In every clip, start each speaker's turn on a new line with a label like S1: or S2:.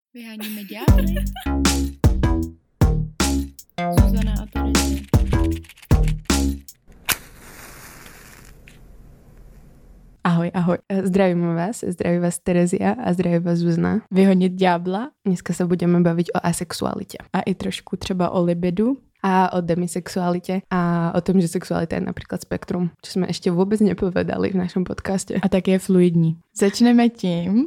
S1: Vyháníme ďábly. Zuzana a Terezie.
S2: Ahoj, ahoj. Zdravíme vás, zdraví vás Terezia a zdraví vás Zuzana.
S1: Vyhonit ďábla.
S2: Dneska sa budeme baviť o asexualite.
S1: A i trošku třeba o libidu.
S2: A o demisexualite a o tom, že sexualita je napríklad spektrum, čo sme ešte vôbec nepovedali v našom podcaste.
S1: A tak je fluidní. Začneme tím,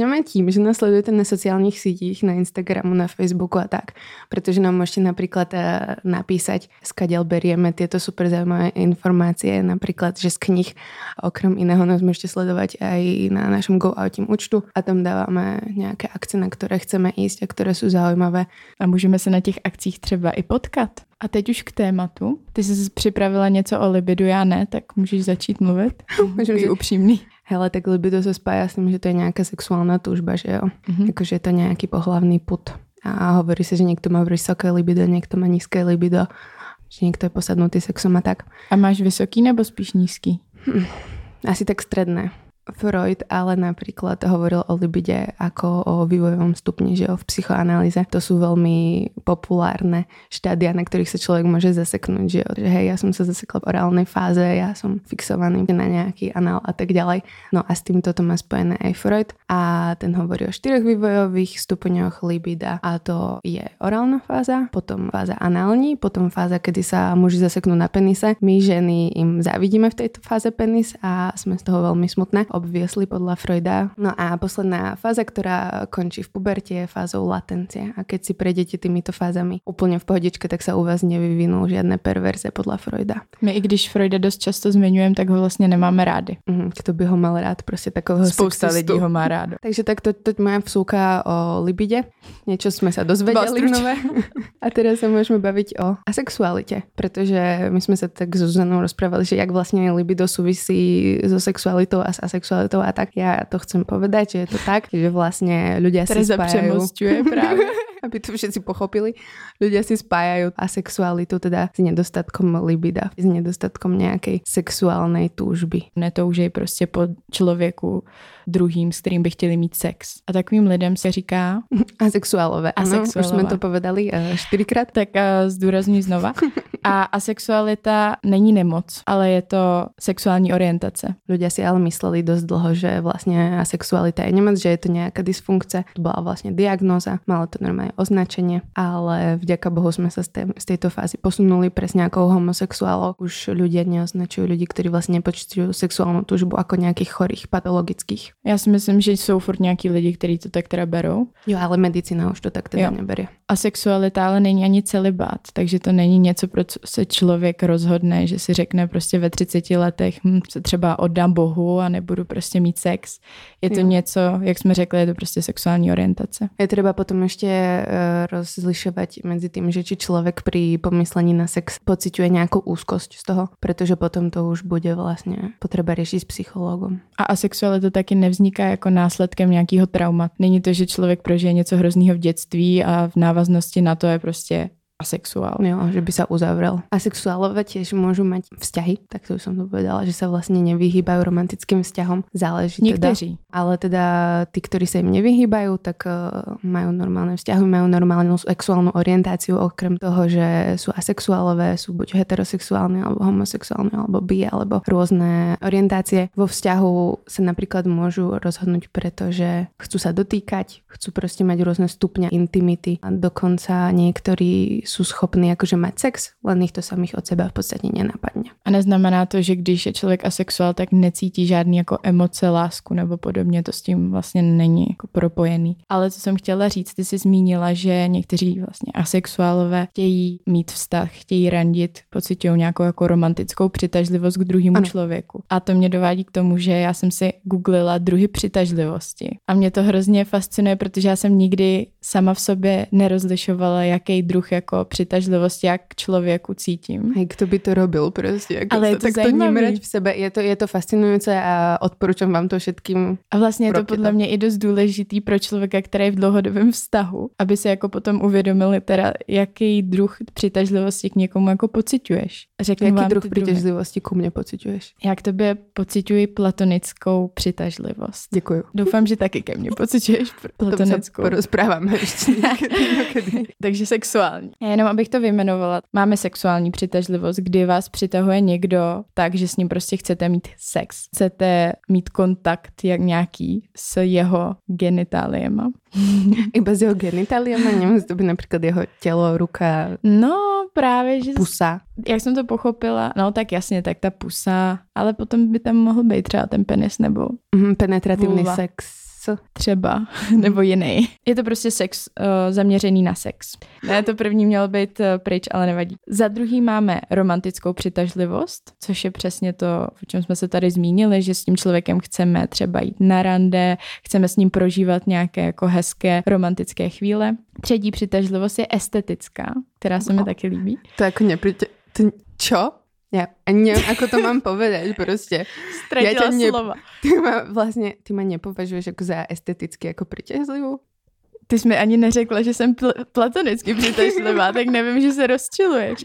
S2: že nás sledujete na sociálnych sítích, na Instagramu, na Facebooku a tak, pretože nám môžete napríklad napísať, skadiaľ berieme tieto super zaujímavé informácie, napríklad, že z knih, okrem iného nás môžete sledovať aj na našom GoOutim účtu a tam dávame nejaké akcie, na ktoré chceme ísť a ktoré sú zaujímavé.
S1: A můžeme se na těch akcích třeba i potkat. A teď už k tématu. Ty jsi připravila něco o libidu, já ne, tak můžeš začít mluvit. Můžeš upřímný.
S2: Hele, tak libido sa spája s tým, že to je nejaká sexuálna túžba, že jo? Akože je to nejaký pohlavný pud. A hovorí sa, že niekto má vysoké libido, niekto má nízke libido, že niekto je posadnutý sexom a tak.
S1: A máš vysoký nebo spíš nízky?
S2: Asi tak stredné. Freud ale napríklad hovoril o libide ako o vývojovom stupni, že v psychoanalýze. To sú veľmi populárne štádia, na ktorých sa človek môže zaseknúť, že hej, ja som sa zasekla v orálnej fáze, ja som fixovaný na nejaký anál a tak ďalej. No a s týmto to má spojené aj Freud a ten hovorí o 4 vývojových stupňoch libida a to je orálna fáza, potom fáza anální, potom fáza, kedy sa muži zaseknú na penise. My ženy im závidíme v tejto fáze penis a sme z toho veľmi smutné. Obviesli podľa Freuda. No a posledná fáza, ktorá končí v puberte, je fázou latencie. A keď si prejdete týmito fázami úplne v pohodičke, tak sa u vás nevyvinú žiadne perverze podľa Freuda.
S1: My i když Freuda dost často zmiňujeme, tak ho vlastně nemáme rádi.
S2: Kto by ho mal rád? Proste takového
S1: Spousta
S2: sexistu.
S1: lidí ho má rádo.
S2: Takže tak to moja vsúka o libide. Niečo sme sa dozvedeli nové. A teraz sa môžeme baviť o asexualite, pretože my sme sa tak so Zuzanou rozprávali, že jak vlastne libido súvisí so sexualitou a s asexualitou a tak. Ja to chcem povedať, že je to tak, že vlastne ľudia si spájajú.
S1: Přemosťuje práve.
S2: Aby to všetci pochopili. Ľudia si spájajú asexualitu teda s nedostatkom libida, s nedostatkom nejakej sexuálnej túžby.
S1: Netoužej prostě po člověku druhým, s kterým by chtěli mít sex. A takovým lidem se říká...
S2: Asexuálové. Ano, už sme to povedali 4krát.
S1: Tak zdůrazňuji znova. A asexualita není nemoc, ale je to sexuální orientace.
S2: Ľudia si ale mysleli dosť dlho, že vlastne asexualita je nemoc, že je to nejaká dysfunkcia. To bola vlastne diagnóza, malo to normálne označenie, ale vďaka Bohu sme sa z tejto fázy posunuli presne ako homosexuálov. Už ľudia neoznačujú ľudí, ktorí vlastne nepočítajú sexuálnu túžbu ako nejakých chorých, patologických.
S1: Já si myslím, že jsou furt nějaký lidi, kteří to tak teda berou.
S2: Jo, ale medicína už to tak teda neberie.
S1: Asexualita ale není ani celibát, takže to není něco, pro co se člověk rozhodne, že si řekne prostě ve 30 letech se třeba oddám Bohu a nebudu prostě mít sex. Je to něco, jak jsme řekli, je to prostě sexuální orientace.
S2: Je treba potom ešte rozlišovať medzi tým, že či človek pri pomyslení na sex pociťuje nejakú úzkosť z toho, pretože potom to už bude vlastne potreba riešiť s psychologom.
S1: A asexualita taky nevzniká jako následkem nějakého trauma. Není to, že člověk prožije něco hroznýho v dětství a v návaznosti na to je prostě asexuál.
S2: Jo, že by sa uzavrel. Asexuálové tiež môžu mať vzťahy, tak to už som to povedala, že sa vlastne nevyhýbajú romantickým vzťahom. Záleží
S1: niekteří.
S2: Teda. Ale teda tí, ktorí sa im nevyhýbajú, tak majú normálne vzťahy, majú normálnu sexuálnu orientáciu, okrem toho, že sú asexuálové, sú buď heterosexuálne, alebo homosexuálne, alebo bi, alebo rôzne orientácie. Vo vzťahu sa napríklad môžu rozhodnúť, pretože chcú sa dotýkať, chcú proste mať rôzne stupne intimity a dokonca niektorí sú schopní akože mať sex, len ich to samých od seba v podstate nenapadne.
S1: A neznamená to, že když je člověk asexuál, tak necítí žádný jako emoce, lásku nebo podobně, to s tím vlastně není jako propojený. Ale co jsem chtěla říct, ty jsi zmínila, že někteří vlastně asexuálové chtějí mít vztah, chtějí randit, pociťují nějakou jako romantickou přitažlivost k druhému člověku. A to mě dovádí k tomu, že já jsem si googlila druhy přitažlivosti. A mě to hrozně fascinuje, protože já jsem nikdy sama v sobě nerozlišovala, jaký druh jako jako přitažlivost, jak k člověku cítím.
S2: Hej, kto by to robil prostě. Jako
S1: ale je to
S2: takto nemrať v sebe. Je to fascinujúce a odporúčam vám to všetkým.
S1: A vlastně je to podle mě i dost důležitý pro člověka, který je v dlouhodobém vztahu, aby se jako potom uvědomili teda, jaký druh přitažlivosti k někomu jako pociťuješ.
S2: Jaký druh přitažlivosti ku mně pociťuješ?
S1: Já k tobě pociťuji platonickou přitažlivost.
S2: Děkuju.
S1: Doufám, že taky ke mně pociťuješ platonickou.
S2: To porozpráváme ještě někdy.
S1: Takže sexuální. Já jenom abych to vyjmenovala. Máme sexuální přitažlivost, kdy vás přitahuje někdo tak, že s ním prostě chcete mít sex. Chcete mít kontakt jak nějaký s jeho genitáliema.
S2: Iba s jeho genitáliama? Nemusí to být například jeho tělo, ruka?
S1: No, právě, že...
S2: Pusa.
S1: Jak jsem to pochopila, no tak jasně, tak ta pusa, ale potom by tam mohl být třeba ten penis nebo...
S2: penetrativní
S1: vulva.
S2: sex.
S1: Třeba, nebo jiný. Je to prostě sex zaměřený na sex. Ne, to první mělo být pryč, ale nevadí. Za druhý máme romantickou přitažlivost, což je přesně to, o čem jsme se tady zmínili, že s tím člověkem chceme třeba jít na rande, chceme s ním prožívat nějaké jako hezké romantické chvíle. Třetí přitažlivost je estetická, která se mi taky líbí.
S2: To jako čo? Ja neviem, ako to mám povedať, proste.
S1: Stratila slova.
S2: Ty ma nepovažuješ ako za esteticky ako priťažlivú?
S1: Ty jsi mi ani neřekla, že jsem platonicky přitažlivá, tak nevím, že se rozčiluješ.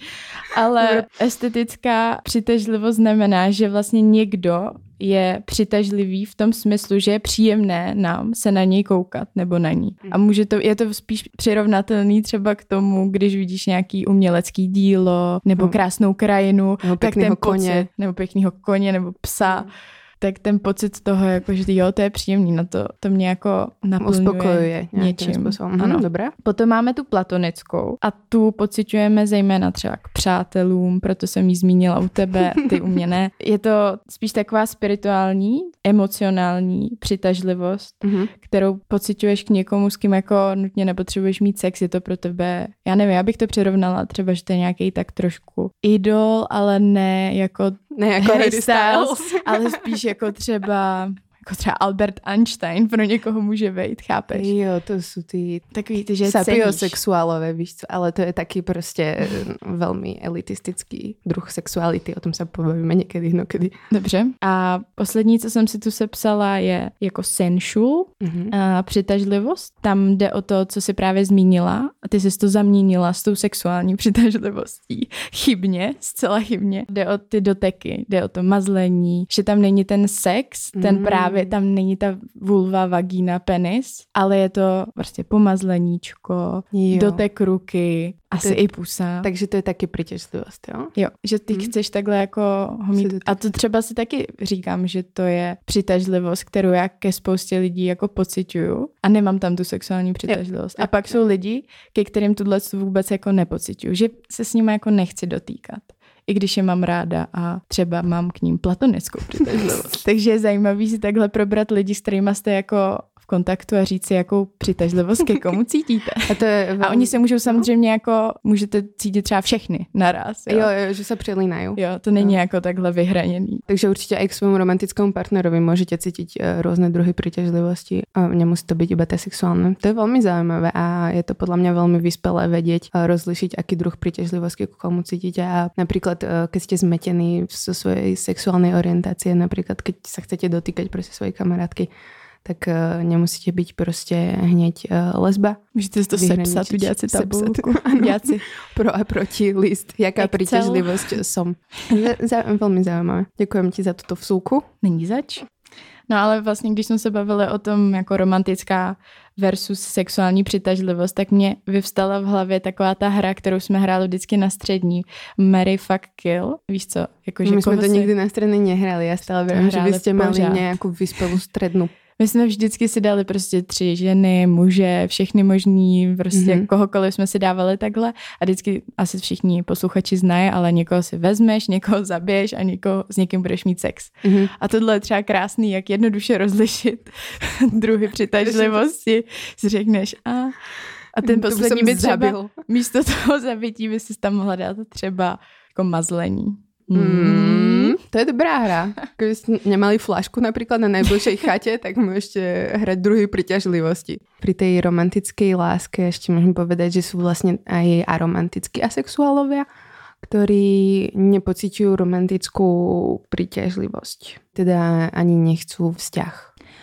S1: Ale estetická přitažlivost znamená, že vlastně někdo je přitažlivý v tom smyslu, že je příjemné nám se na něj koukat nebo na ní. A je to spíš přirovnatelný třeba k tomu, když vidíš nějaký umělecký dílo nebo krásnou krajinu,
S2: nebo
S1: tak ten
S2: koně.
S1: pocit, nebo pěknýho koně nebo psa, tak ten pocit toho, jako, že jo, to je příjemný, na to mě jako naplňuje
S2: uspokojuje
S1: něčím.
S2: Ano, dobré.
S1: Potom máme tu platonickou a tu pociťujeme zejména třeba k přátelům, proto jsem ji zmínila u tebe, ty u mě ne. Je to spíš taková spirituální, emocionální přitažlivost, kterou pociťuješ k někomu, s kým jako nutně nepotřebuješ mít sex, je to pro tebe, já nevím, já bych to přirovnala třeba, že to je nějaký tak trošku idol, ale ne jako Harry Styles, ale spíš jako třeba Albert Einstein pro někoho může být, chápeš?
S2: Jo, to jsou ty
S1: takový ty, že
S2: sapiosexuálové, víš co, ale to je taky prostě velmi elitistický druh sexuality, o tom se pobavíme někdy, inokedy.
S1: Dobře. A poslední, co jsem si tu sepsala, je jako sensual, přitažlivost. Tam jde o to, co si právě zmínila a ty jsi to zaměnila s tou sexuální přitažlivostí. Chybně, zcela chybně. Jde o ty doteky, jde o to mazlení, že tam není ten sex, ten právě tam není ta vulva, vagína, penis, ale je to prostě pomazleníčko, dotek ruky, asi i pusa.
S2: Takže to je taky přitěžlivost, jo?
S1: Jo, že ty chceš takhle jako ho mít. A to třeba si taky říkám, že to je přitažlivost, kterou já ke spoustě lidí jako pociťuju a nemám tam tu sexuální přitažlivost. A pak jsou lidi, ke kterým tuhle vůbec jako nepociťuju, že se s nimi jako nechci dotýkat. I když je mám ráda a třeba mám k ním platonickou přitažlivost. Takže je zajímavý si takhle probrat lidi, s kterými jste jako v kontaktu a říct si, jakou přitažlivost ke komu cítíte. A oni se můžou samozřejmě jako, můžete cítit třeba všechny naraz.
S2: Jo, že se přelínají.
S1: Jo, to není jako takhle vyhraněný.
S2: Takže určitě i k svému romantickému partnerovi můžete cítit různé druhy přitažlivosti a nemusí to být iba ta sexuální. To je velmi zajímavé a je to podle mě velmi vyspělé vědět, rozlišiť, aký druh přitažlivosti k komu cítíte a například, keď ste zmetení zo svojej sexuálnej orientácie, napríklad keď sa chcete dotýkať proste svojej kamarátky, tak nemusíte byť proste hneď lesba.
S1: Můžete si to sepsat, udělat si tabulku.
S2: Udělat si pro a proti list, jaká príťažlivosť som. Veľmi zaujímavé. Ďakujem ti za túto vsúku.
S1: Není zač. No ale vlastně, když jsme se bavili o tom jako romantická versus sexuální přitažlivost, tak mě vyvstala v hlavě taková ta hra, kterou jsme hráli vždycky na střední. Marry, fuck, kill. Víš co? Jako, že
S2: my jsme to nikdy na střední nehrali. Já stále vím, že byste mali nějakou vyspělou střednu.
S1: My jsme vždycky si dali prostě 3 ženy, muže, všechny možný, prostě kohokoliv jsme si dávali takhle a vždycky asi všichni posluchači znají, ale někoho si vezmeš, někoho zabiješ a s někým budeš mít sex. A tohle je třeba krásný, jak jednoduše rozlišit druhy přitažlivosti. Si řekneš a ten poslední by třeba místo toho zabití by si tam mohla dát třeba jako mazlení.
S2: To je dobrá hra. Keby ste nemali flašku napríklad na najbližšej chate, tak môžete hrať druhy príťažlivosti. Pri tej romantickej láske ešte môžem povedať, že sú vlastne aj aromantickí asexuálovia, ktorí nepociťujú romantickú príťažlivosť. Teda ani nechcú vzťah.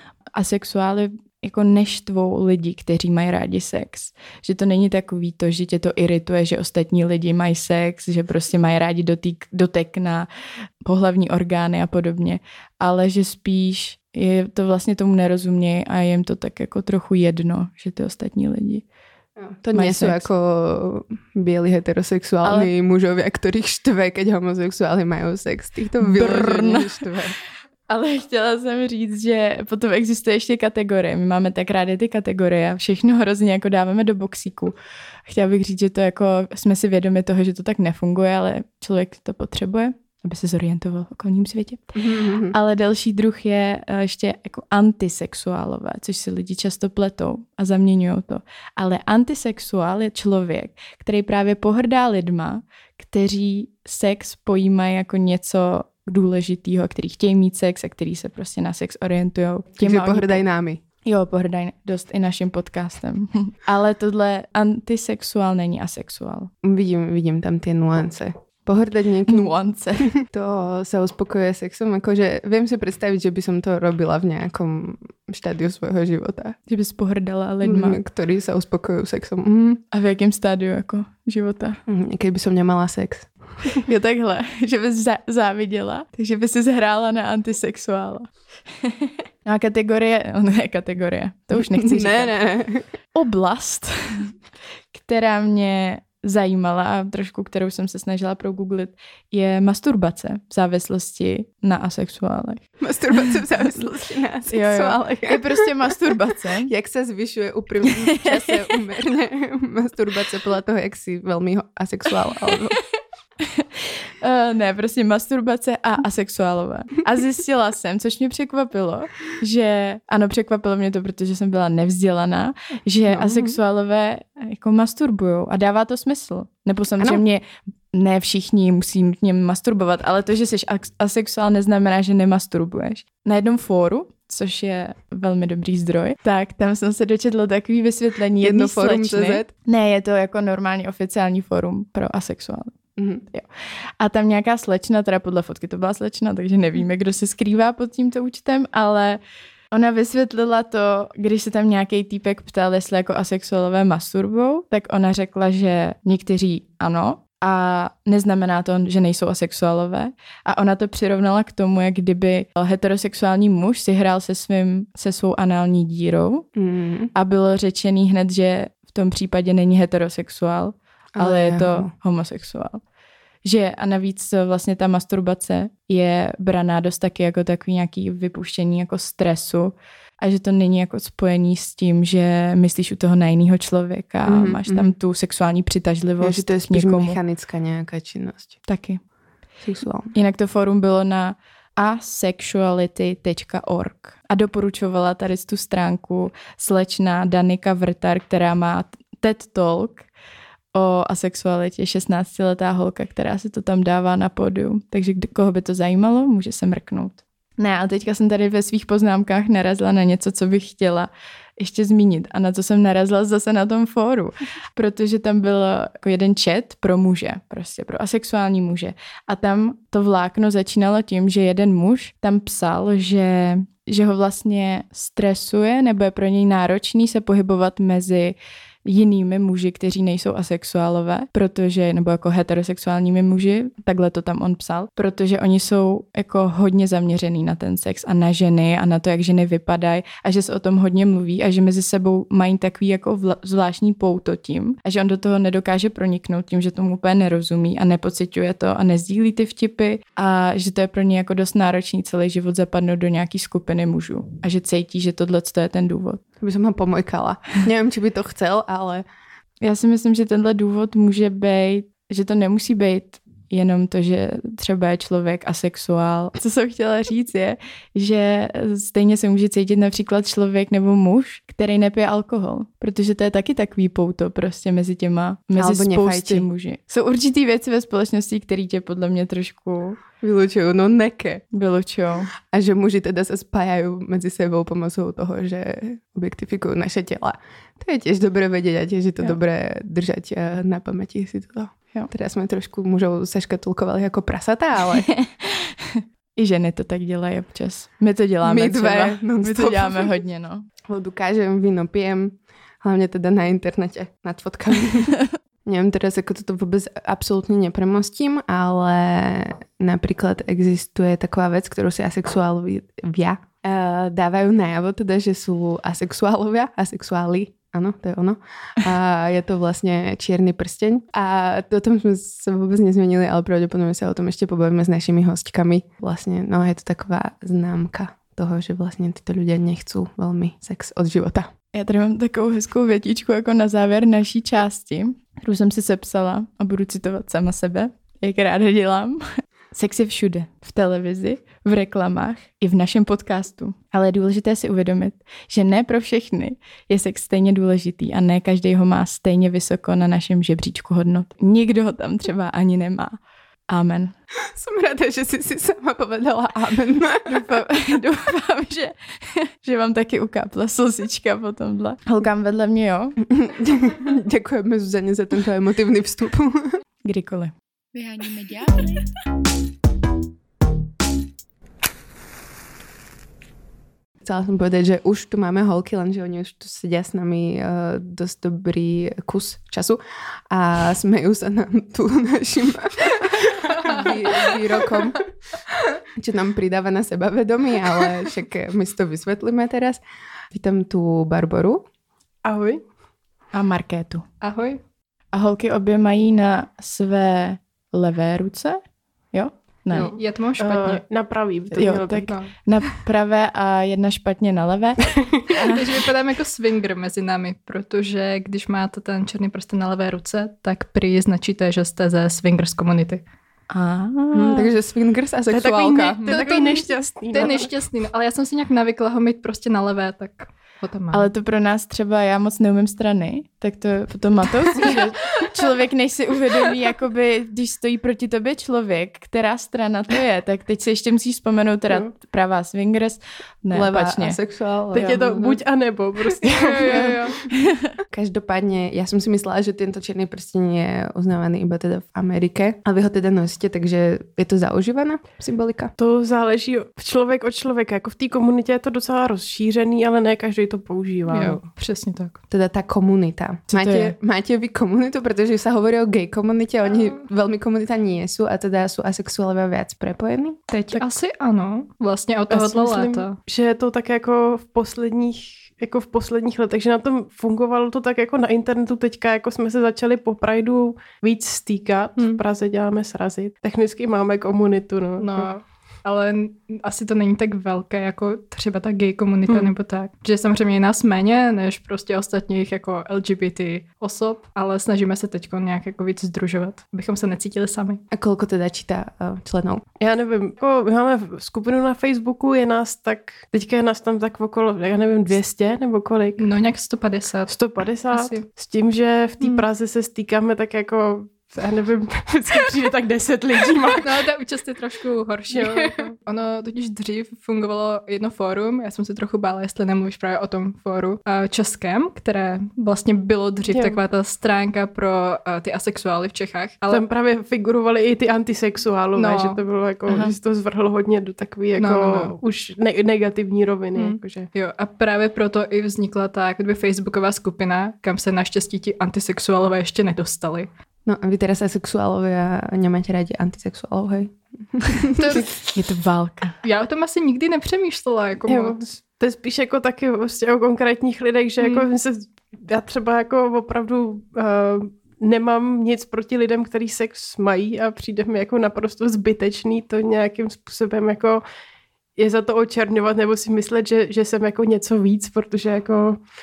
S1: Asexuály jako neštvou lidi, kteří mají rádi sex. Že to není takový to, že tě to irituje, že ostatní lidi mají sex, že prostě mají rádi dotek na pohlavní orgány a podobně. Ale že spíš je to vlastně tomu nerozumějí a je jim to tak jako trochu jedno, že ty ostatní lidi
S2: to nie sú ako bieli heterosexuálni mužovia, ktorých štve, keď homosexuáli majú sex. Týchto vyložení štve.
S1: Ale chtěla jsem říct, že potom existuje ještě kategorie. My máme tak rádi ty kategorie a všechno hrozně jako dáváme do boxíku. Chtěla bych říct, že to jako jsme si vědomi toho, že to tak nefunguje, ale člověk to potřebuje, aby se zorientoval v okolním světě. Ale další druh je ještě jako antisexuálové, což si lidi často pletou a zaměňují to. Ale antisexuál je člověk, který právě pohrdá lidma, kteří sex pojímají jako něco důležitýho, který chtějí mít sex a který se prostě na sex orientujou.
S2: Takže pohrdají námi.
S1: Jo, pohrdají dost i naším podcastem. Ale tohle antisexuál není asexuál.
S2: Vidím tam tie nuance. Pohrdať niekým.
S1: Nuance.
S2: To sa uspokojuje sexom. Akože viem si predstaviť, že by som to robila v nejakom štádiu svojho života.
S1: Že bys pohrdala lidma.
S2: Ktorí sa uspokojujú sexom.
S1: A v jakém stádiu jako života?
S2: Keď by som nemala sex.
S1: Jo, takhle, že bys záviděla, takže by si zhrála na antisexuála. No a kategorie, to už nechci říkat.
S2: Ne.
S1: Oblast, která mě zajímala a trošku, kterou jsem se snažila progooglit, je masturbace v závislosti na asexuálech.
S2: Masturbace v závislosti na asexuálech.
S1: Jo. Je prostě masturbace.
S2: Jak sa zvyšuje úprimne v čase umerne masturbace podľa toho, jak si veľmi asexuál alebo...
S1: Ne, prostě masturbace a asexuálové. A zjistila jsem, což mě překvapilo, že, ano, překvapilo mě to, protože jsem byla nevzdělaná, že asexuálové jako masturbujou a dává to smysl. Nebo samozřejmě ne všichni musí nutně masturbovat, ale to, že jsi asexuál, neznamená, že nemasturbuješ. Na jednom fóru, což je velmi dobrý zdroj, tak tam jsem se dočetla takový vysvětlení jedné slečny. Ne, je to jako normální oficiální fórum pro asexuály. Jo. A tam nějaká slečna, teda podle fotky to byla slečna, takže nevíme, kdo se skrývá pod tímto účtem, ale ona vysvětlila to, když se tam nějaký týpek ptal, jestli jako asexuálové masturbou, tak ona řekla, že někteří ano a neznamená to, že nejsou asexuálové. A ona to přirovnala k tomu, jak kdyby heterosexuální muž si hrál se svou anální dírou a bylo řečený hned, že v tom případě není heterosexuál, ale je to homosexuál. Že a navíc vlastně ta masturbace je braná dost taky jako takový nějaký vypuštění jako stresu a že to není jako spojený s tím, že myslíš u toho na jinýho člověka a máš tam tu sexuální přitažlivost.
S2: Že to je spíš mechanická nějaká činnost.
S1: Taky.
S2: Sexuální.
S1: Jinak to fórum bylo na asexuality.org a doporučovala tady tu stránku slečna Danika Vrtar, která má TED Talk o asexualitě, 16letá holka, která se to tam dává na pódium. Takže koho by to zajímalo, může se mrknout. Ne, a teďka jsem tady ve svých poznámkách narazila na něco, co bych chtěla ještě zmínit a na co jsem narazila zase na tom fóru, protože tam byl jako jeden chat pro muže, prostě pro asexuální muže. A tam to vlákno začínalo tím, že jeden muž tam psal, že ho vlastně stresuje nebo je pro něj náročný se pohybovat mezi jinými muži, kteří nejsou asexuálové, protože, nebo jako heterosexuálními muži, takhle to tam on psal, protože oni jsou jako hodně zaměřený na ten sex a na ženy a na to, jak ženy vypadají a že se o tom hodně mluví a že mezi sebou mají takový jako zvláštní pouto tím a že on do toho nedokáže proniknout tím, že tomu úplně nerozumí a nepociťuje to a nezdílí ty vtipy a že to je pro ně jako dost náročný celý život zapadnout do nějaký skupiny mužů a že cítí, že tohle je ten důvod.
S2: By som ho pomojkala. Neviem, či by to chcel, ale...
S1: Já si myslím, že tenhle důvod může být, že to nemusí být jenom to, že třeba je člověk asexuál. Co jsem chtěla říct je, že stejně se může cítit například člověk nebo muž, který nepije alkohol, protože to je taky takový pouto prostě mezi spousty muži. Jsou určitý věci ve společnosti, které tě podle mě trošku
S2: vylučujú, no neke.
S1: Vylučujú.
S2: A že muži teda sa spájajú medzi sebou pomocou toho, že objektifikujú naše tela. To je tiež dobré vedieť a tiež je to dobré držať na pamäti si to. Jo. Teraz sme trošku mužov seškatulkovali jako prasatá, ale...
S1: I ženy to tak dělají občas. My to děláme
S2: třeba.
S1: My to děláme hodně, no.
S2: Vodu kážem, víno pijem, hlavne teda na internete, nad fotkami. Neviem teraz, ako toto vôbec absolútne nepremostím, ale napríklad existuje taková vec, ktorú si asexuálovia dávajú najavo, teda, že sú asexuáli, áno, to je ono. A je to vlastne čierny prsteň. A o tom sme sa vôbec nezmenili, ale pravdepodobne sa o tom ešte pobavíme s našimi hostkami. Vlastne, no je to taková známka toho, že vlastne títo ľudia nechcú veľmi sex od života.
S1: Já tady mám takovou hezkou větičku jako na závěr naší části, kterou jsem si sepsala a budu citovat sama sebe, jak ráda dělám. Sex je všude. V televizi, v reklamách i v našem podcastu. Ale je důležité si uvědomit, že ne pro všechny je sex stejně důležitý a ne každý ho má stejně vysoko na našem žebříčku hodnot. Nikdo ho tam třeba ani nemá. Amen.
S2: Som rada, že si sama povedala amen.
S1: Doufám, že vám taky ukápla slzička po tomhle. Holkám vedle mě, jo?
S2: Děkujeme Zuzaně za tento emotivní vstup.
S1: Kdykoliv.
S3: Vyháníme ďábly.
S2: Chcela som povedať, že už tu máme holky, lenže oni už tu sedia s nami dosť dobrý kus času a smejú sa nám tu našim výrokom, čo nám pridáva na sebavedomí, ale však my si to vysvetlíme teraz. Vítam tu Barboru.
S4: Ahoj.
S1: A Markétu.
S4: Ahoj.
S1: A holky obě mají na své levé ruce, jo? Ne.
S4: Jo, já to mám špatně. Na pravý by to mělo být.
S1: Na pravé a jedna špatně na levé.
S4: Takže vypadáme jako swinger mezi námi, protože když máte ten černý prsten na levé ruce, tak prý značíte, že jste ze swingers komunity.
S2: Takže swingers a sexuálka.
S4: To je takový nešťastný. To je nešťastný, no, ale já jsem si nějak navykla ho mít prostě na levé, tak ho tam mám.
S1: Ale to pro nás třeba, já moc neumím strany, tak to je potom matoucí, že člověk než si uvědomí, jakoby, když stojí proti tobě člověk, která strana to je, tak teď si ještě musíš vzpomenout teda pravá swingers, ne,
S2: levá
S1: opačně.
S2: Asexuál.
S4: Teď je to buď a nebo, prostě. jo.
S2: Každopádne, ja som si myslela, že tento černý prsteň je uznávaný iba teda v Amerike. A vy ho teda nosíte, takže je to zaužívaná symbolika?
S4: To záleží člověk od člověka. Jako v té komunitě je to docela rozšířený, ale ne každý to používá.
S2: Jo,
S4: přesně tak.
S2: Teda tá komunita. Máte vy komunitu? Pretože sa hovorí o gay komunite, oni veľmi komunita nie sú a teda sú asexuálové viac prepojení?
S4: Teď tak asi ano, vlastně od tohoto léta. Že je to tak jako v posledních letech, že na tom fungovalo to tak jako na internetu teďka, jako jsme se začali po Prideu víc stýkat. V Praze děláme srazy. Technicky máme komunitu, no. Ale asi to není tak velké, jako třeba ta gay komunita nebo tak. Že samozřejmě je nás méně, než prostě ostatních jako LGBT osob, ale snažíme se teď nějak jako víc sdružovat, abychom se necítili sami.
S2: A kolko teda čítá členů?
S4: Já nevím, jako my máme skupinu na Facebooku, je nás tak, teďka je nás tam tak okolo, já nevím, 200 nebo kolik? No nějak 150. 150? Asi. S tím, že v té Praze se stýkáme tak jako já nevím, vždycky přijde tak 10 lidí. No, ta účast je trošku horší. Jo. Ono totiž dřív fungovalo jedno fórum, já jsem se trochu bála, jestli nemluvíš právě o tom fóru českém, které vlastně bylo dřív taková ta stránka pro ty asexuály v Čechách. Ale tam právě figurovaly i ty antisexuálové, že to bylo jako, že se to zvrhlo hodně do takové jako už negativní roviny. Jakože. Jo, a právě proto i vznikla ta jakoby facebooková skupina, kam se naštěstí ti antisexuálové ještě nedostali.
S2: No a vy teraz asexuálovia nemáte rádi antisexuálov, hej?
S1: Je to válka.
S4: Já o tom asi nikdy nepřemýšlela. Jako moc. To je spíš jako taky vlastně o konkrétních lidech, že jako já třeba jako opravdu nemám nic proti lidem, který sex mají a přijde mi jako naprosto zbytečný to nějakým způsobem jako je za to očerňovat nebo si myslet, že jsem jako něco víc, protože jako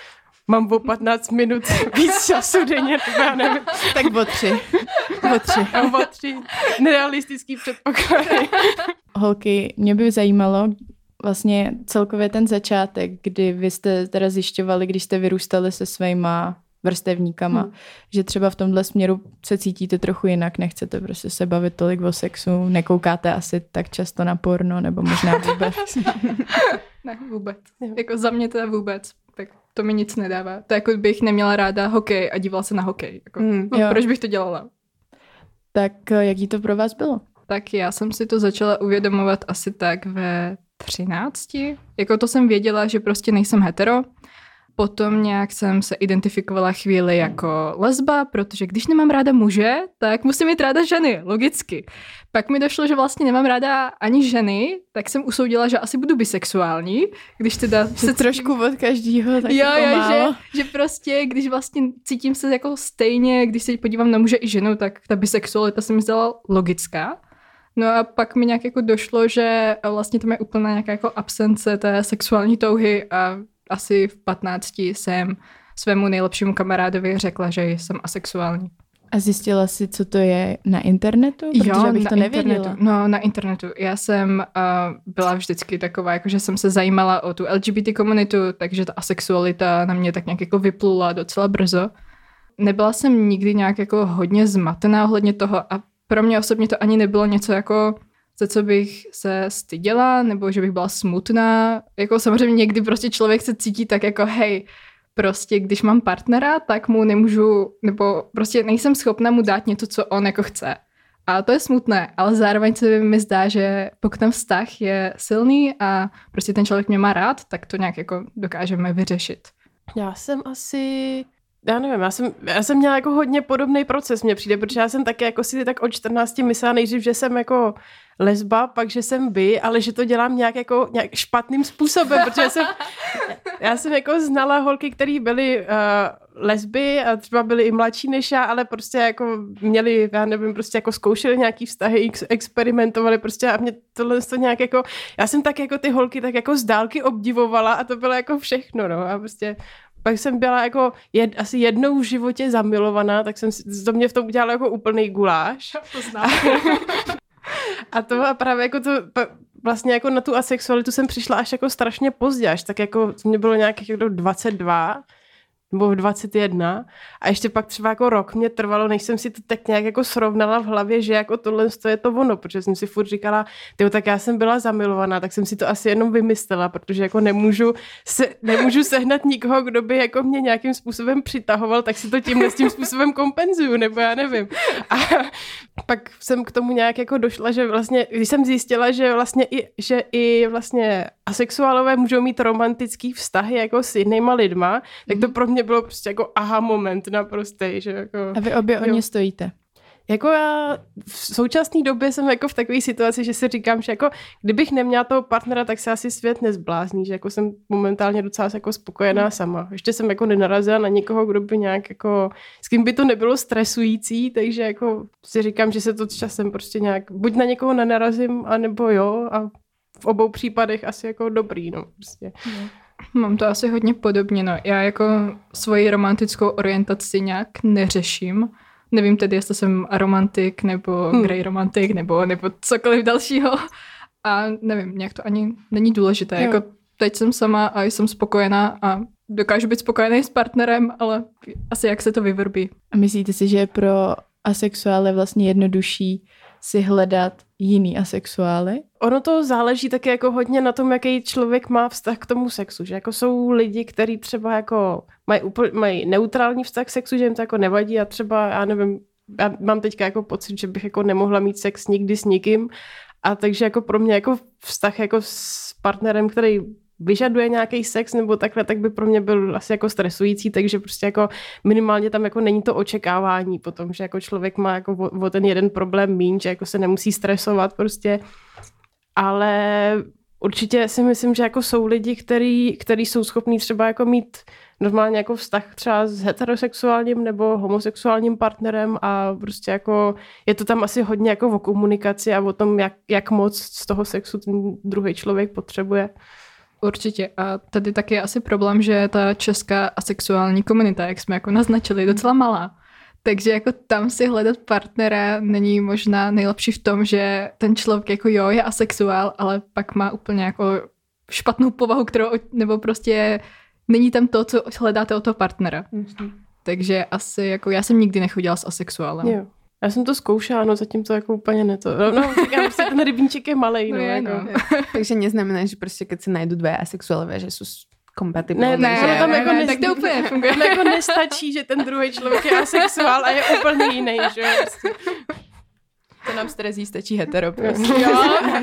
S4: mám o 15 minut víc času denně, já nevím.
S1: Tak o 3.
S4: O 3. Nerealistický předpoklady.
S1: Holky, mě by zajímalo vlastně celkově ten začátek, kdy vy jste teda zjišťovali, když jste vyrůstali se svýma vrstevníkama, že třeba v tomhle směru se cítíte trochu jinak, nechcete prostě se bavit tolik o sexu, nekoukáte asi tak často na porno, nebo možná vůbec.
S3: Ne, vůbec. Jako za mě teda vůbec. Tak to mi nic nedává. To jako bych neměla ráda hokej a dívala se na hokej. Jako, proč bych to dělala?
S1: Tak jaký to pro vás bylo?
S3: Tak já jsem si to začala uvědomovat asi tak ve 13. Jako to jsem věděla, že prostě nejsem hetero. Potom nějak jsem se identifikovala chvíli jako lesba, protože když nemám ráda muže, tak musím mít ráda ženy, logicky. Pak mi došlo, že vlastně nemám ráda ani ženy, tak jsem usoudila, že asi budu bisexuální, když teda...
S1: Se trošku od každýho, tak
S3: že prostě, když vlastně cítím se jako stejně, když se podívám na muže i ženu, tak ta bisexualita se mi zdala logická. No a pak mi nějak jako došlo, že vlastně tam je úplná nějaká jako absence té sexuální touhy a asi v 15 jsem svému nejlepšímu kamarádovi řekla, že jsem asexuální.
S1: A zjistila si, co to je na internetu? Protože bych to nevěděla.
S3: No, na internetu. Já jsem byla vždycky taková, jakože jsem se zajímala o tu LGBT komunitu, takže ta asexualita na mě tak nějak jako vyplula docela brzo. Nebyla jsem nikdy nějak jako hodně zmatená ohledně toho a pro mě osobně to ani nebylo něco jako za co bych se styděla, nebo že bych byla smutná. Jako samozřejmě někdy prostě člověk se cítí tak jako hej, prostě když mám partnera, tak mu nemůžu, nebo prostě nejsem schopna mu dát něco, co on jako chce. A to je smutné, ale zároveň se mi zdá, že pokud ten vztah je silný a prostě ten člověk mě má rád, tak to nějak jako dokážeme vyřešit.
S4: Já nevím, já jsem měla jako hodně podobný proces, mně přijde, protože já jsem taky jako si tak od 14 myslela nejdřív, že jsem jako lesba, pak že jsem bi, ale že to dělám nějak špatným způsobem, protože já jsem jako znala holky, které byly lesby a třeba byly i mladší než já, ale prostě jako měli, já nevím, prostě jako zkoušeli nějaký vztahy, experimentovali prostě a mě tohle to nějak jako, já jsem tak jako ty holky tak jako z dálky obdivovala a to bylo jako všechno, no a prostě pak jsem byla jako asi jednou v životě zamilovaná, tak jsem to mě v tom udělala jako úplný guláš.
S3: To znám.
S4: A to a právě jako to vlastně jako na tu asexualitu jsem přišla až jako strašně pozdě, až tak jako mě bylo nějakých jako 22 nebo 21 a ještě pak třeba jako rok mě trvalo, než jsem si to tak nějak jako srovnala v hlavě, že jako tohle je to ono, protože jsem si furt říkala, tak já jsem byla zamilovaná, tak jsem si to asi jenom vymyslela, protože jako nemůžu sehnat nikoho, kdo by jako mě nějakým způsobem přitahoval, tak si to tímhle s tím způsobem kompenzuju, nebo já nevím. A pak jsem k tomu nějak jako došla, že vlastně, když jsem zjistila, že vlastně i vlastně asexuálové můžou mít romantický vztahy jako s jinýma lidma, tak to pro mě bylo prostě jako aha moment naprostej, že jako...
S1: A vy obě o ně stojíte?
S4: Jako já v současné době jsem jako v takové situaci, že si říkám, že jako kdybych neměla toho partnera, tak se asi svět nezblázní, že jako jsem momentálně docela jako spokojená sama. Ještě jsem jako nenarazila na někoho, kdo by nějak jako, s kým by to nebylo stresující, takže jako si říkám, že se to časem prostě nějak, buď na někoho nenarazím, anebo jo a v obou případech asi jako dobrý, no prostě.
S3: Mám to asi hodně podobně, no. Já jako svoji romantickou orientaci nějak neřeším. Nevím tedy, jestli jsem aromantik, nebo grey romantik, nebo cokoliv dalšího. A nevím, nějak to ani není důležité. Jo. Jako teď jsem sama a jsem spokojená a dokážu být spokojený s partnerem, ale asi jak se to vyvrbí.
S1: A myslíte si, že je pro asexuály vlastně jednodušší si hledat jiný asexuály?
S4: Ono to záleží také jako hodně na tom, jaký člověk má vztah k tomu sexu, že jako jsou lidi, kteří třeba jako mají neutrální vztah k sexu, že jim to jako nevadí a třeba, já nevím, já mám teďka jako pocit, že bych jako nemohla mít sex nikdy s nikým a takže jako pro mě jako vztah jako s partnerem, který vyžaduje nějaký sex nebo takhle, tak by pro mě byl asi jako stresující, takže prostě jako minimálně tam jako není to očekávání potom, že jako člověk má jako o ten jeden problém míň, že jako se nemusí stresovat prostě, ale určitě si myslím, že jako jsou lidi, kteří jsou schopní třeba jako mít normálně jako vztah třeba s heterosexuálním nebo homosexuálním partnerem a prostě jako je to tam asi hodně jako o komunikaci a o tom, jak moc z toho sexu ten druhý člověk potřebuje.
S3: Určitě. A tady taky je asi problém, že ta česká asexuální komunita, jak jsme jako naznačili, je docela malá. Takže jako tam si hledat partnera není možná nejlepší v tom, že ten člověk jako jo, je asexuál, ale pak má úplně jako špatnou povahu, nebo prostě není tam to, co hledáte od toho partnera. Takže asi jako já jsem nikdy nechodila s asexuálem.
S4: Jo. Já jsem to zkoušela, no zatím to jako úplně neto. No, říkám, prostě ten rybníček je malej. No,
S2: jako. Takže neznamená, že prostě keď se najdu dvě asexuálové, že jsou kompatibilní.
S4: Ne, tam jako
S3: tak to úplně funguje.
S4: Tam jako nestačí, že ten druhý člověk je asexuál a je úplně jiný, že jo.
S1: To nám s Terezí stačí hetero,
S3: prostě. Jo.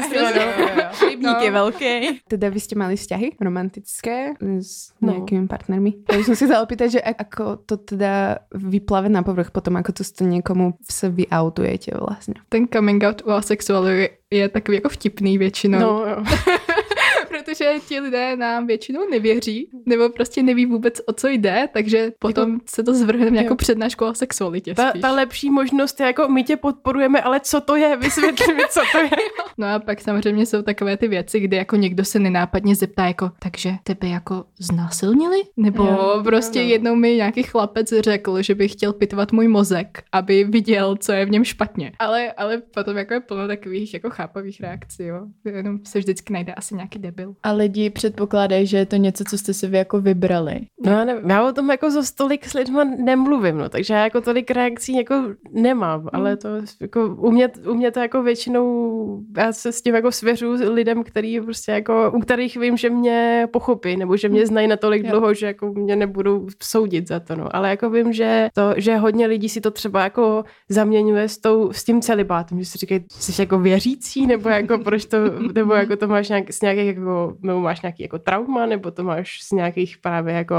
S1: Rybník je velký.
S2: Teda vy ste mali vzťahy romantické s nejakými partnermi? Ja som si chcela opýtať, že ako to teda vyplave na povrch potom, ako to někomu se vyautujete vlastně.
S3: Ten coming out u asexuálu je takový jako vtipný většinou.
S4: No, jo.
S3: Protože ti lidé nám většinou nevěří, nebo prostě neví vůbec, o co jde, takže potom jako, se to zvrhne nějakou přednášku o sexualitě.
S4: Ta lepší možnost je jako, my tě podporujeme, ale co to je? Vysvětli mi, co to je.
S3: No a pak samozřejmě jsou takové ty věci, kdy jako někdo se nenápadně zeptá, jako, takže tebe jako znásilnili? Nebo prostě jednou mi nějaký chlapec řekl, že by chtěl pitvat můj mozek, aby viděl, co je v něm špatně. Ale potom jako je plno takových jako chápavých reakcí, jo. Jenom se vždycky najde asi nějaký debil.
S1: A lidi předpokládají, že je to něco, co jste si vy jako vybrali.
S4: No já nevím, já o tom jako tolik s lidma nemluvím, no, takže já jako tolik reakcí jako nemám, ale to jako u mě to jako většinou, já se s tím jako svěřu lidem, který prostě jako, u kterých vím, že mě pochopí, nebo že mě znají natolik dlouho, že jako mě nebudou soudit za to, no, ale jako vím, že hodně lidí si to třeba jako zaměňuje s tím celibátem, že si říkají, jsi jako věřící, nebo jako proč to, nebo jako to máš z nějakých jako, nebo máš nějaký jako trauma, nebo to máš z nějakých právě jako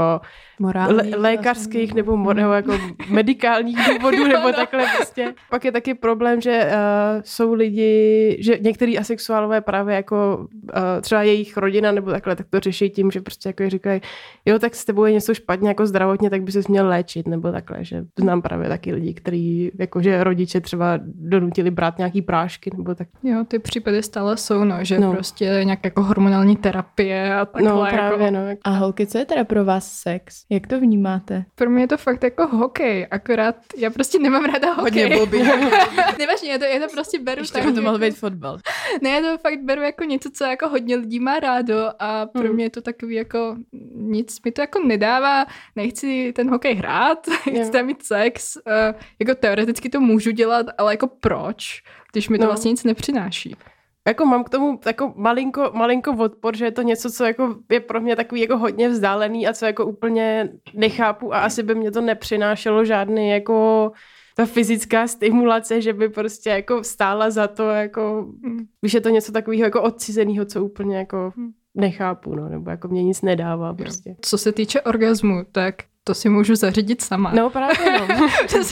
S4: lékařských nebo jako medikálních důvodů, nebo takhle prostě. Pak je taky problém, že jsou lidi, že některý asexuálové právě jako třeba jejich rodina nebo takhle, tak to řeší tím, že prostě jako říkají, jo, tak s tebou je něco špatně jako zdravotně, tak by ses měl léčit, nebo takhle, že znám právě taky lidi, kteří jakože rodiče třeba donutili brát nějaký prášky, nebo tak.
S3: Jo, ty případy stále jsou, no, že prostě nějak jako hormonální terapie a takhle.
S4: No, právě,
S3: jako.
S4: no.
S1: A holky, co je teda pro vás sex? Jak to vnímáte?
S3: Pro mě je to fakt jako hokej, akorát já prostě nemám ráda hokej.
S1: Hodně blbý.
S3: Nevážně, já to prostě beru
S1: tak. Ještě by to mohl být fotbal.
S3: Ne, já to fakt beru jako něco, co jako hodně lidí má rádo a pro mě je to takový jako nic mi to jako nedává, nechci ten hokej hrát, chci tam mít sex, jako teoreticky to můžu dělat, ale jako proč, když mi to vlastně nic nepřináší.
S4: Jako mám k tomu jako malinko odpor, že je to něco, co jako je pro mě takový jako hodně vzdálený a co jako úplně nechápu a asi by mě to nepřinášelo žádný jako ta fyzická stimulace, že by prostě jako stála za to, jako víš, je to něco takového jako odcizeného, co úplně jako nechápu, no, nebo jako mě nic nedává prostě.
S3: Co se týče orgazmu, tak to si můžu zařídit sama.
S4: No právě, no.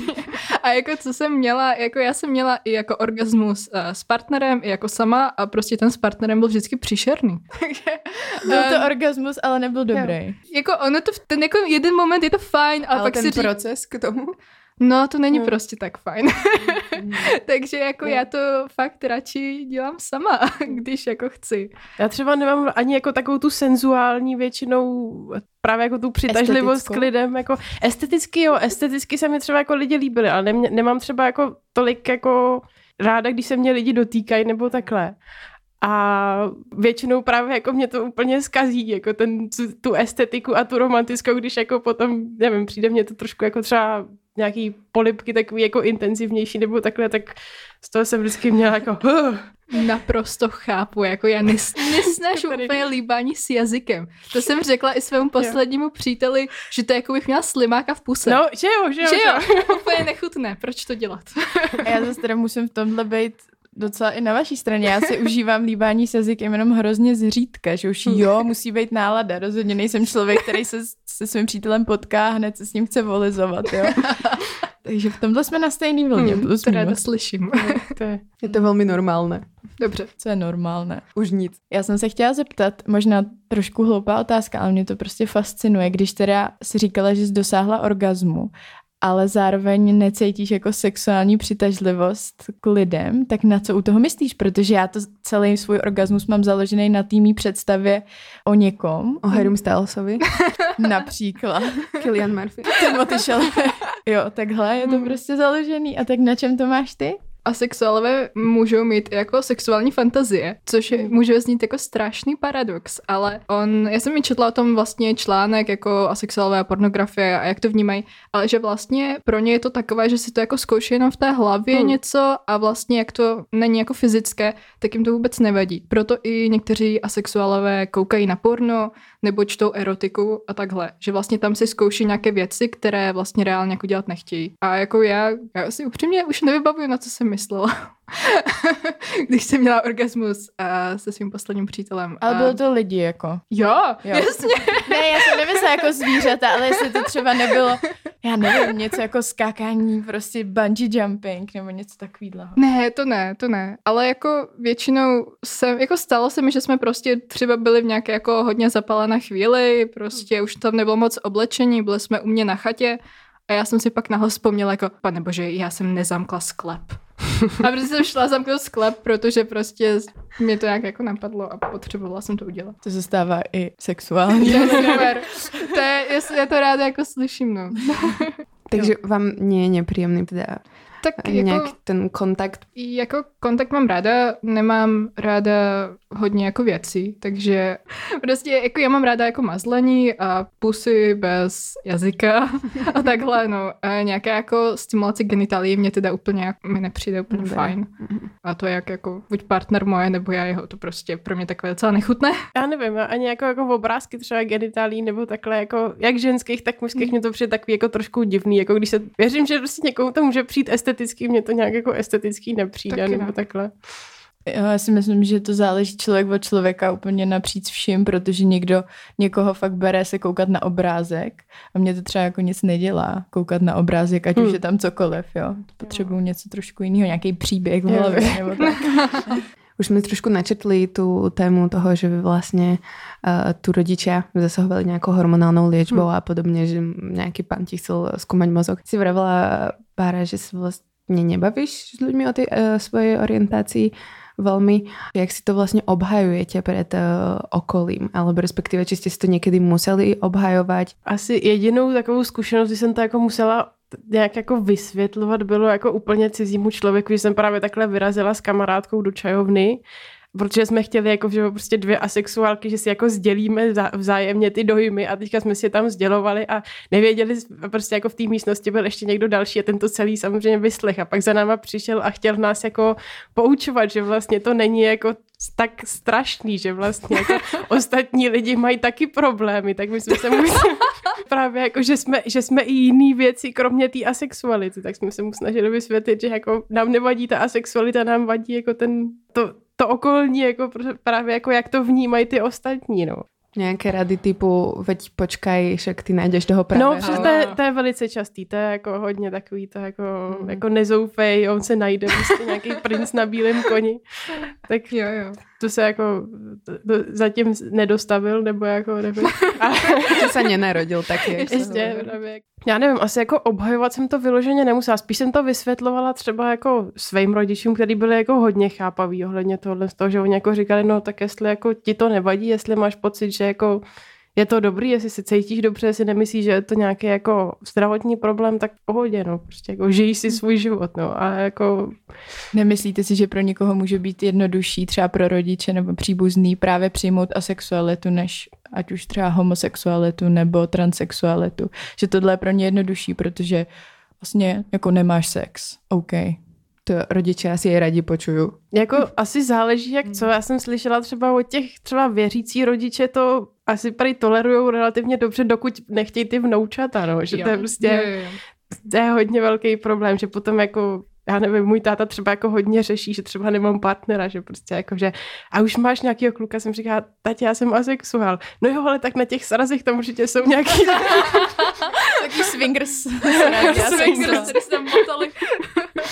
S3: A jako co jsem měla, jako já jsem měla i jako orgasmus s partnerem, i jako sama a prostě ten s partnerem byl vždycky příšerný.
S1: Byl to orgasmus, ale nebyl dobrý.
S3: Jako ono to, ten jako jeden moment je to fajn, ale pak
S2: ten proces k tomu?
S3: No, to není prostě tak fajn. Takže jako já to fakt radši dělám sama, když jako chci.
S4: Já třeba nemám ani jako takovou tu senzuální většinou právě jako tu přitažlivost k lidem. Jako esteticky se mi třeba jako lidi líbili, ale nemám třeba jako tolik jako ráda, když se mě lidi dotýkají nebo takhle. A většinou právě jako mě to úplně zkazí, jako tu estetiku a tu romantickou, když jako potom, nevím, přijde mě to trošku jako třeba nějaký polibky takový jako intenzivnější nebo takhle, tak z toho jsem vždycky měla jako
S3: Naprosto chápu, jako já nesnášu úplně líbání s jazykem. To jsem řekla i svému poslednímu příteli, že to jako bych měla slimáka v puse.
S4: No, že jo.
S3: Úplně nechutné, proč to dělat?
S1: A já zase teda musím v tomhle být docela i na vaší straně. Já si užívám líbání s jazykem jenom hrozně zřídka, že už musí být nálada. Rozhodně nejsem člověk, který se svým přítelem potká, hned se s ním chce volizovat, jo. Takže v tomhle jsme na stejný vlně.
S3: To ráda slyším.
S2: Je to velmi normálné.
S3: Dobře.
S1: Co je normálné?
S2: Už nic.
S1: Já jsem se chtěla zeptat, možná trošku hloupá otázka, ale mě to prostě fascinuje, když teda si říkala, že jsi dosáhla orgazmu ale zároveň necítíš jako sexuální přitažlivost k lidem, tak na co u toho myslíš? Protože já to celý svůj orgasmus mám založený na té mý představě o někom.
S2: O Harrym Stylesovi.
S1: Například.
S2: Cillian Murphy.
S1: Timothy Chalamet. Jo, takhle je to prostě založený. A tak na čem to máš ty?
S3: Asexuálové můžou mít jako sexuální fantazie, což může znít jako strašný paradox, ale já jsem mi četla o tom vlastně článek jako asexuálové a pornografie a jak to vnímají, ale že vlastně pro ně je to takové, že si to jako zkouší jenom v té hlavě něco a vlastně jak to není jako fyzické, tak jim to vůbec nevadí. Proto i někteří asexuálové koukají na porno nebo čtou erotiku a takhle, že vlastně tam si zkouší nějaké věci, které vlastně reálně jako dělat nechtějí. A jako já si upřímně už nevybavuju, na co jsem myslela, když jsem měla orgasmus se svým posledním přítelem.
S1: Ale bylo to lidi jako.
S3: Jo, jasně.
S1: Ne, já jsem nemyslela jako zvířata, ale jestli to třeba nebylo, já nevím, něco jako skákání, prostě bungee jumping nebo něco takového.
S3: Ne, to ne. Ale jako většinou stalo se mi, že jsme prostě třeba byli v nějaké jako hodně zapálené chvíli, prostě už tam nebylo moc oblečení, byli jsme u mě na chatě a já jsem si pak nahlas vzpomněla jako, panebože, já jsem nezamkla sklep. A prostě jsem šla zamknout sklep, protože prostě mě to nějak jako napadlo a potřebovala jsem to udělat.
S1: To se stává i sexuálně.
S3: Já to ráda jako slyším, no.
S2: Takže vám nie je nepříjemný teda
S3: tak
S2: nějak ten kontakt?
S3: Jako kontakt mám ráda, nemám ráda hodně jako věcí, takže prostě jako já mám ráda jako mazlení a pusy bez jazyka a takhle, no. A nějaké jako stimulace genitálí mě teda úplně mi nepřijde úplně fajn. A to jak jako buď partner moje, nebo já jeho, to prostě pro mě takové docela nechutné.
S4: Já nevím, ani jako v obrázky třeba genitálí nebo takhle jako jak ženských, tak mužských mě to přijde takový jako trošku divný, jako když se věřím, že prostě někomu to může přijít estetický, mně to nějak jako estetický nepřijde, taky nebo takhle.
S1: Já si myslím, že to záleží člověk od člověka úplně napříč vším, protože někoho fakt bere se koukat na obrázek a mě to třeba jako nic nedělá koukat na obrázek, ať už je tam cokoliv, jo. Potřebuju něco trošku jiného, nějaký příběh v hlavě nebo tak.
S2: Už sme trošku načetli tú tému toho, že vlastne tu rodičia zasahovali nejakou hormonálnou liečbou a podobne, že nejaký pán ti chcel skúmať mozog. Si vravela, Bára, že sa vlastne nebavíš s ľuďmi o tej svojej orientácii veľmi. Jak si to vlastne obhajujete pred okolím? Alebo respektíve, či ste si to niekedy museli obhajovať?
S4: Asi jedinou takovou zkušenost, že jsem to jako musela nějak jako vysvětlovat, bylo jako úplně cizímu člověku, že jsem právě takhle vyrazila s kamarádkou do čajovny, protože jsme chtěli jako, že prostě dvě asexuálky, že si jako sdělíme vzájemně ty dojmy a teďka jsme si tam sdělovali a nevěděli, prostě jako v té místnosti byl ještě někdo další a ten to celý samozřejmě vyslech a pak za náma přišel a chtěl nás jako poučovat, že vlastně to není jako tak strašný, že vlastně jako ostatní lidi mají taky problémy, tak my jsme se museli právě jako, že jsme i jiný věci, kromě té asexuality, tak jsme se mu snažili vysvětlit, že jako nám nevadí ta asexualita, nám vadí jako to okolní, jako právě jako jak to vnímají ty ostatní, no.
S2: Nějaké rady typu, veď počkaj, však ty najdeš toho právě.
S4: No, to je velice častý, to je jako hodně takový, to jako nezoufej, on se najde, prostě nějaký princ na bílém koni. Tak
S3: jo.
S4: To se jako zatím nedostavil, nebo jako nevím.
S2: To se nenarodil taky.
S4: Ještě, já nevím, asi jako obhajovat jsem to vyloženě nemusela. Spíš jsem to vysvětlovala třeba jako svým rodičům, kteří byli jako hodně chápaví ohledně tohle z toho, že oni jako říkali, no tak jestli jako ti to nevadí, jestli máš pocit, že jako je to dobrý, jestli se cítíš dobře, jestli nemyslíš, že je to nějaký jako zdravotní problém, tak v pohodě, no, prostě jako žij si svůj život, no, a jako...
S1: Nemyslíte si, že pro někoho může být jednodušší, třeba pro rodiče nebo příbuzný právě přijmout asexualitu, než ať už třeba homosexualitu nebo transsexualitu, že tohle je pro ně jednodušší, protože vlastně jako nemáš sex, OK.
S2: To rodiče asi je rádi počují.
S4: Jako asi záleží jak co. Já jsem slyšela třeba od těch třeba věřící rodiče to asi prý tolerujou relativně dobře, dokud nechtějí ty vnoučata, no. Že to je prostě to je hodně velký problém, že potom jako já nevím, můj táta třeba jako hodně řeší, že třeba nemám partnera, že prostě jako, že a už máš nějakýho kluka, jsem říkala, tati, já jsem asexuál. No jo, ale tak na těch srazech tam určitě jsou nějaký
S1: taky swingers.
S3: Swingers, který se tam motali.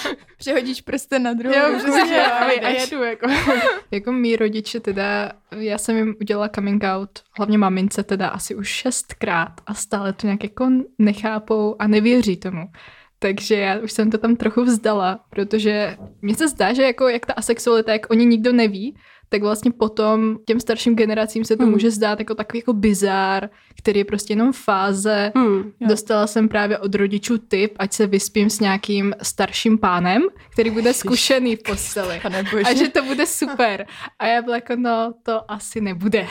S1: Přehodíš prsten na druhou.
S4: Jo, přesně, a jedu, jako.
S3: Jako mý rodiče teda, já jsem jim udělala coming out, hlavně mamince teda asi už 6krát a stále to nějak jako nechápou a nevěří tomu. Takže já už jsem to tam trochu vzdala, protože mně se zdá, že jako jak ta asexualita, jak oni nikdo neví, tak vlastně potom těm starším generacím se to může zdát jako takový jako bizár, který je prostě jenom fáze. Dostala jsem právě od rodičů tip, ať se vyspím s nějakým starším pánem, který bude zkušený v posteli. A že to bude super. A já byla jako, no to asi nebude.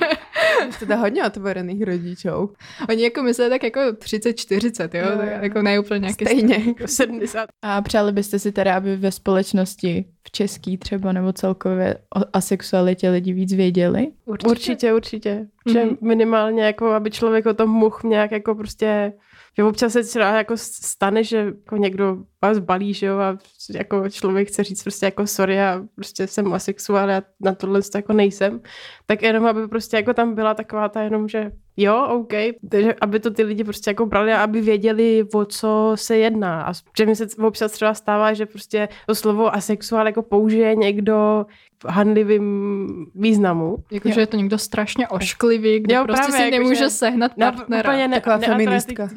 S2: Teda hodně otvorených rodičů.
S3: Oni jako mysleli tak jako 30-40, jo? Tak jako ne úplně nějaké
S2: stejně.
S4: Jako 70.
S1: A přáli byste si teda, aby ve společnosti v český třeba nebo celkově o asexualitě lidi víc věděli?
S4: Určitě. Že minimálně jako, aby člověk o tom mohl nějak jako prostě, že občas se třeba jako stane, že jako někdo vás balí, že jo, a jako člověk chce říct prostě jako sorry, já prostě jsem asexuál, já na tohle jako nejsem, tak jenom aby prostě jako tam byla taková ta jenom, že jo, OK, takže aby to ty lidi prostě jako brali a aby věděli, o co se jedná. A že mi se občas třeba stává, že prostě to slovo asexuál jako použije někdo v hanlivým významu.
S3: Jakože je to někdo strašně ošklivý, kdo prostě právě, si nemůže sehnat partnera.
S2: Taková feministka.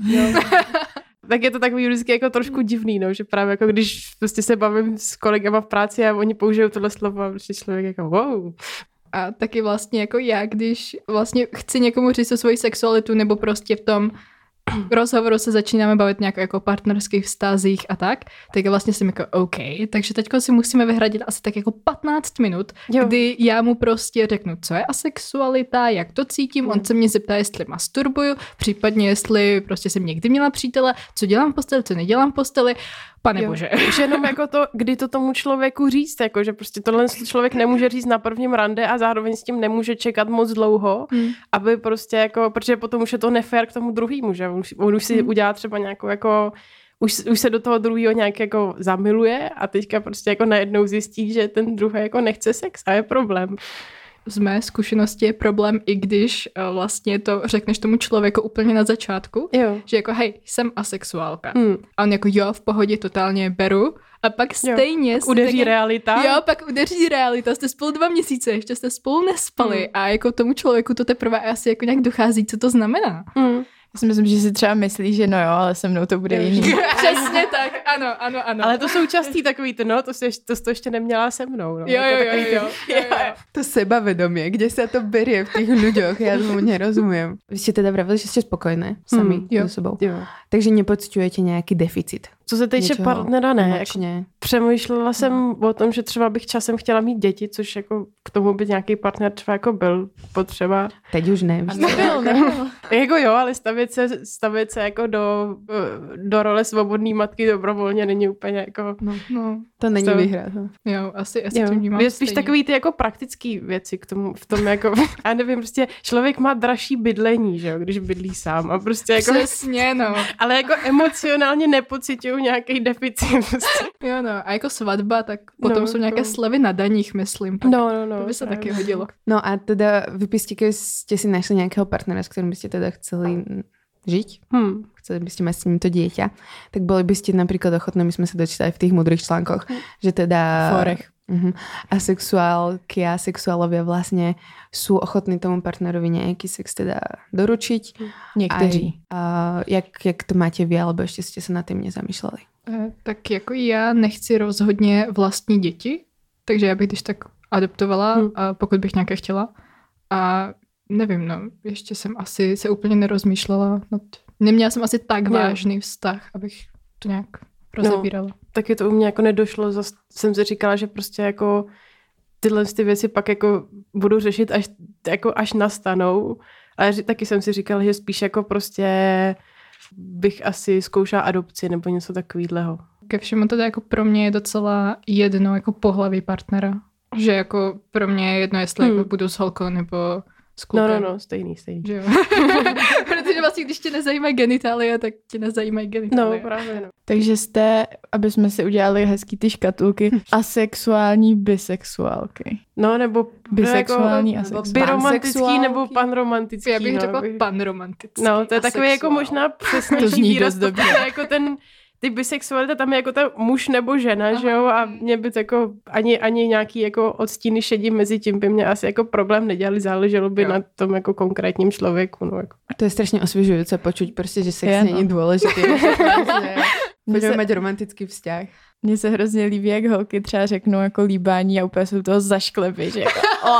S4: Tak je to takový vždycky jako trošku divný, no, že právě jako když prostě se bavím s kolegama v práci a oni použijou tohle slovo a prostě člověk jako wow.
S3: A taky vlastně jako já, když vlastně chci někomu říct o svoji sexualitu nebo prostě v tom rozhovoru se začínáme bavit nějak jako partnerských vztazích a tak vlastně jsem jako OK, takže teďko si musíme vyhradit asi tak jako 15 minut, kdy já mu prostě řeknu, co je asexualita, jak to cítím, on se mě zeptá, jestli masturbuju, případně jestli prostě jsem někdy měla přítele, co dělám v posteli, co nedělám v posteli. Pane bože.
S4: Už jenom jako to, kdy to tomu člověku říct, jako, že prostě tohle člověk nemůže říct na prvním rande a zároveň s tím nemůže čekat moc dlouho, aby prostě jako, protože potom už je to nefér k tomu druhému, že on už si udělá třeba nějakou jako, už se do toho druhého nějak jako zamiluje a teďka prostě jako najednou zjistí, že ten druhý jako nechce sex a je problém.
S3: Z mé zkušenosti je problém, i když vlastně to řekneš tomu člověku úplně na začátku, že jako hej, jsem asexuálka. A on jako jo, v pohodě, totálně beru. A pak stejně...
S4: Pak udeří realita.
S3: Jo, pak udeří realita. Jste spolu 2 měsíce, ještě jste spolu nespali. A jako tomu člověku to teprve asi jako nějak dochází, co to znamená.
S1: Já si myslím, že si třeba myslí, že no jo, ale se mnou to bude jiný.
S3: Přesně tak, ano.
S4: Ale to jsou častý takový, to ještě neměla se mnou. No.
S3: Jo.
S2: To sebavedomie, kde se to berie v těch ľuďoch, já tomu nerozumím. Vy jste teda vravili, že jste spokojné sami so sebou. Jo. Takže nepociťujete nějaký deficit?
S4: Co se týče partnera, ne. Jako přemýšlela jsem o tom, že třeba bych časem chtěla mít děti, což jako k tomu by nějaký partner třeba jako byl potřeba.
S2: Teď už ne.
S4: Nebyl. Jako jo, ale stavět se jako do role svobodné matky dobrovolně není úplně jako...
S2: No. To není výhra.
S3: Jo, asi to vnímám
S4: je spíš takový ty jako praktický věci k tomu, v tom jako... Já nevím, prostě člověk má dražší bydlení, že jo, když bydlí sám a prostě jako...
S3: Přesně, no.
S4: Ale jako emocionálně nepociťuju nějaký deficit. Prostě.
S3: Jo, no. A jako svatba, tak potom jsou nějaké slevy na daních, myslím. Tak to by se taky hodilo.
S2: No a teda vypíste, keď ste si našli nejakého partnera, s ktorým by ste teda chceli žiť, chceli by ste mať s ním to dieťa, tak boli by ste napríklad ochotné, my sme sa dočítali v tých múdrych článkoch, že teda...
S1: Forech.
S2: Asexuálky a sexuálovia vlastne sú ochotní tomu partnerovi nejaký sex teda doručiť.
S1: Někteří.
S2: Jak to máte vy, alebo ešte ste sa nad tým nezamýšľali?
S3: Tak jako já nechci rozhodně vlastní děti, takže já bych když tak adoptovala, a pokud bych nějaké chtěla. A nevím, no, ještě jsem asi se úplně nerozmýšlela. Neměla jsem asi tak vážný vztah, abych to nějak rozebírala.
S4: Taky to u mě jako nedošlo, zase jsem si říkala, že prostě jako tyhle ty věci pak jako budu řešit až nastanou. Ale taky jsem si říkala, že spíš jako prostě bych asi zkoušela adopci nebo něco takového.
S3: Ke všemu to jako pro mě je docela jedno jako pohlaví partnera. Že jako pro mě je jedno, jestli jako budu s holkou nebo s klukem.
S4: No, stejný.
S3: Že jo. Protože vlastně, když tě nezajímají genitálie, tak tě nezajímají genitálie.
S4: No, právě.
S1: Takže jste, aby jsme si udělali hezký ty škatulky, asexuální bisexuálky.
S4: No, nebo
S1: bisexuální
S4: jako, biromantický nebo panromantický.
S3: Já bych řekla panromantický.
S4: No, to je takový jako možná přesnější výraz, protože jako ty bisexualita tam je jako ta muž nebo žena, že jo, a mě by to jako ani nějaký jako odstíny šedí mezi tím by mě asi jako problém nedělali, záleželo by na tom jako konkrétním člověku, no jako.
S2: To je strašně osvěžující počuť prostě, že sex není důležitý. Budeme mať romantický vzťah.
S1: Mně se hrozně líbí, jak holky třeba řeknou jako líbání a úplně jsou toho zaškleby, že jako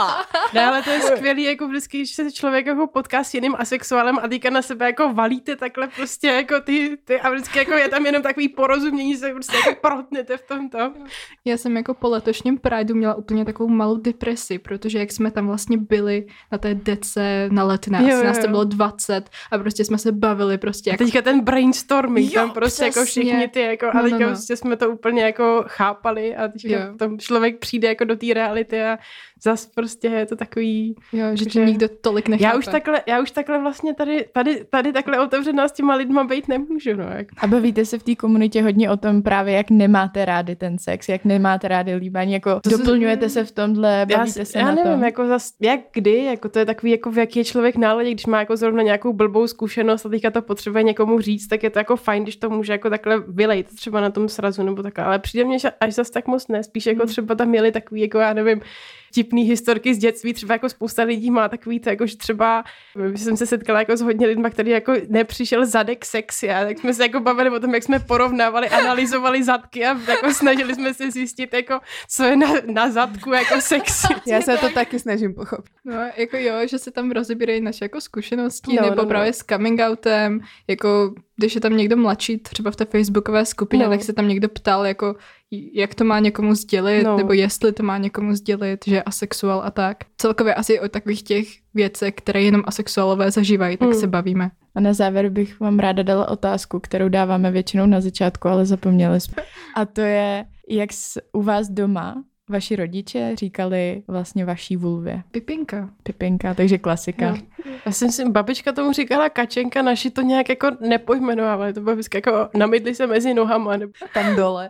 S4: Ne, ale to je skvělý, jako vždycky, když se člověk jako potká s jiným asexuálem a teďka na sebe jako valíte takhle prostě jako ty a vždycky jako je tam jenom takový porozumění, se prostě jako protnete v tomto.
S3: Já jsem jako po letošním Prideu měla úplně takovou malou depresi, protože jak jsme tam vlastně byli na té dece na Letné, asi nás to bylo 20 a prostě jsme se bavili prostě jako...
S4: A teďka ten brainstorming, tam prostě jako všichni ty jako, a teďka prostě jsme to úplně jako chápali a teďka tam člověk přijde jako do té reality a zas prostě je to takový...
S3: Jo, že ti nikdo tolik nechápe.
S4: Já už takhle vlastně tady takhle otevřená s těma lidma být nemůžu, no. Jako.
S1: A bavíte se v té komunitě hodně o tom právě, jak nemáte rádi ten sex, jak nemáte rádi líbání, jako doplňujete se v tomhle, bavíte se na tom.
S4: Já nevím, jako zas, jak kdy, jako to je takový, jako v jaký je člověk náladě, když má jako zrovna nějakou blbou zkušenost a teďka to potřebuje někomu říct, tak je to jako fajn, když to může jako takhle vylejt třeba na tom srazu nebo takhle, ale přijde mě až zas tak moc ne, spíš jako třeba tam měli takový, jako já nevím, vtipný historky z dětství, třeba jako spousta lidí má takový to, jako že třeba jsem se setkala jako s hodně lidma, který jako nepřišel zadek sexy, a tak jsme se jako bavili o tom, jak jsme porovnávali, analyzovali zadky a jako snažili jsme se zjistit, jako co je na zadku jako sexy.
S2: Já se to taky snažím pochopit.
S3: No, jako jo, že se tam rozebírají naše jako zkušenosti, nebo právě s coming outem, jako když je tam někdo mladší, třeba v té facebookové skupině, tak se tam někdo ptal, jako jak to má někomu sdělit, nebo jestli to má někomu sdělit, že je asexuál a tak. Celkově asi o takových těch věcech, které jenom asexuálové zažívají, tak se bavíme.
S1: A na závěr bych vám ráda dala otázku, kterou dáváme většinou na začátku, ale zapomněli jsme. A to je, jak u vás doma vaši rodiče říkali vlastně vaší vulvě. Pipinka, takže klasika.
S4: Jo. Já jsem si, babička tomu říkala kačenka, naši to nějak jako nepojmenovali, to bylo vždycky jako namydli se mezi nohama. Nebo
S2: tam dole.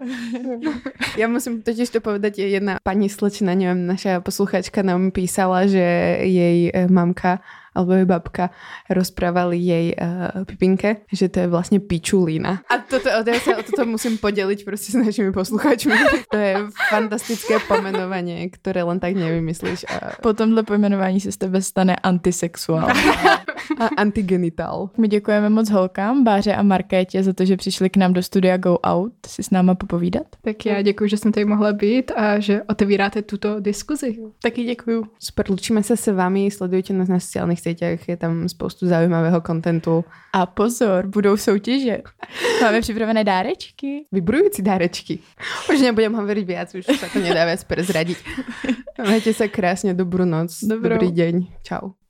S2: Ja musím totiž to povedať, jedna pani slečna, neviem, naša posluchačka nám písala, že jej mamka alebo jej babka rozprávali jej pipinke, že to je vlastne pičulína. A ja sa o toto musím podeliť prostě s našimi posluchačmi. To je fantastické pomenovanie, ktoré len tak nevymyslíš.
S1: Po tomhle pojmenování se z tebe stane antisexuál.
S2: A antigenitál.
S1: My děkujeme moc holkám, Báře a Markétě, za to, že přišli k nám do studia Go Out si s náma popovídat.
S3: Tak já děkuji, že jsem tady mohla být a že otevíráte tuto diskuzi.
S4: Taky děkuju.
S2: Super, lučíme se s vámi, sledujte nás na sociálnych sieťach, je tam spoustu zaujímavého kontentu.
S1: A pozor, budou soutěže. Máme připravené dárečky.
S2: Vybrujúci dárečky. Už nebudem hovoriť viac, už sa to nedá viac prezradiť. Majte sa krásne, dobrú noc, dobrý deň. Čau.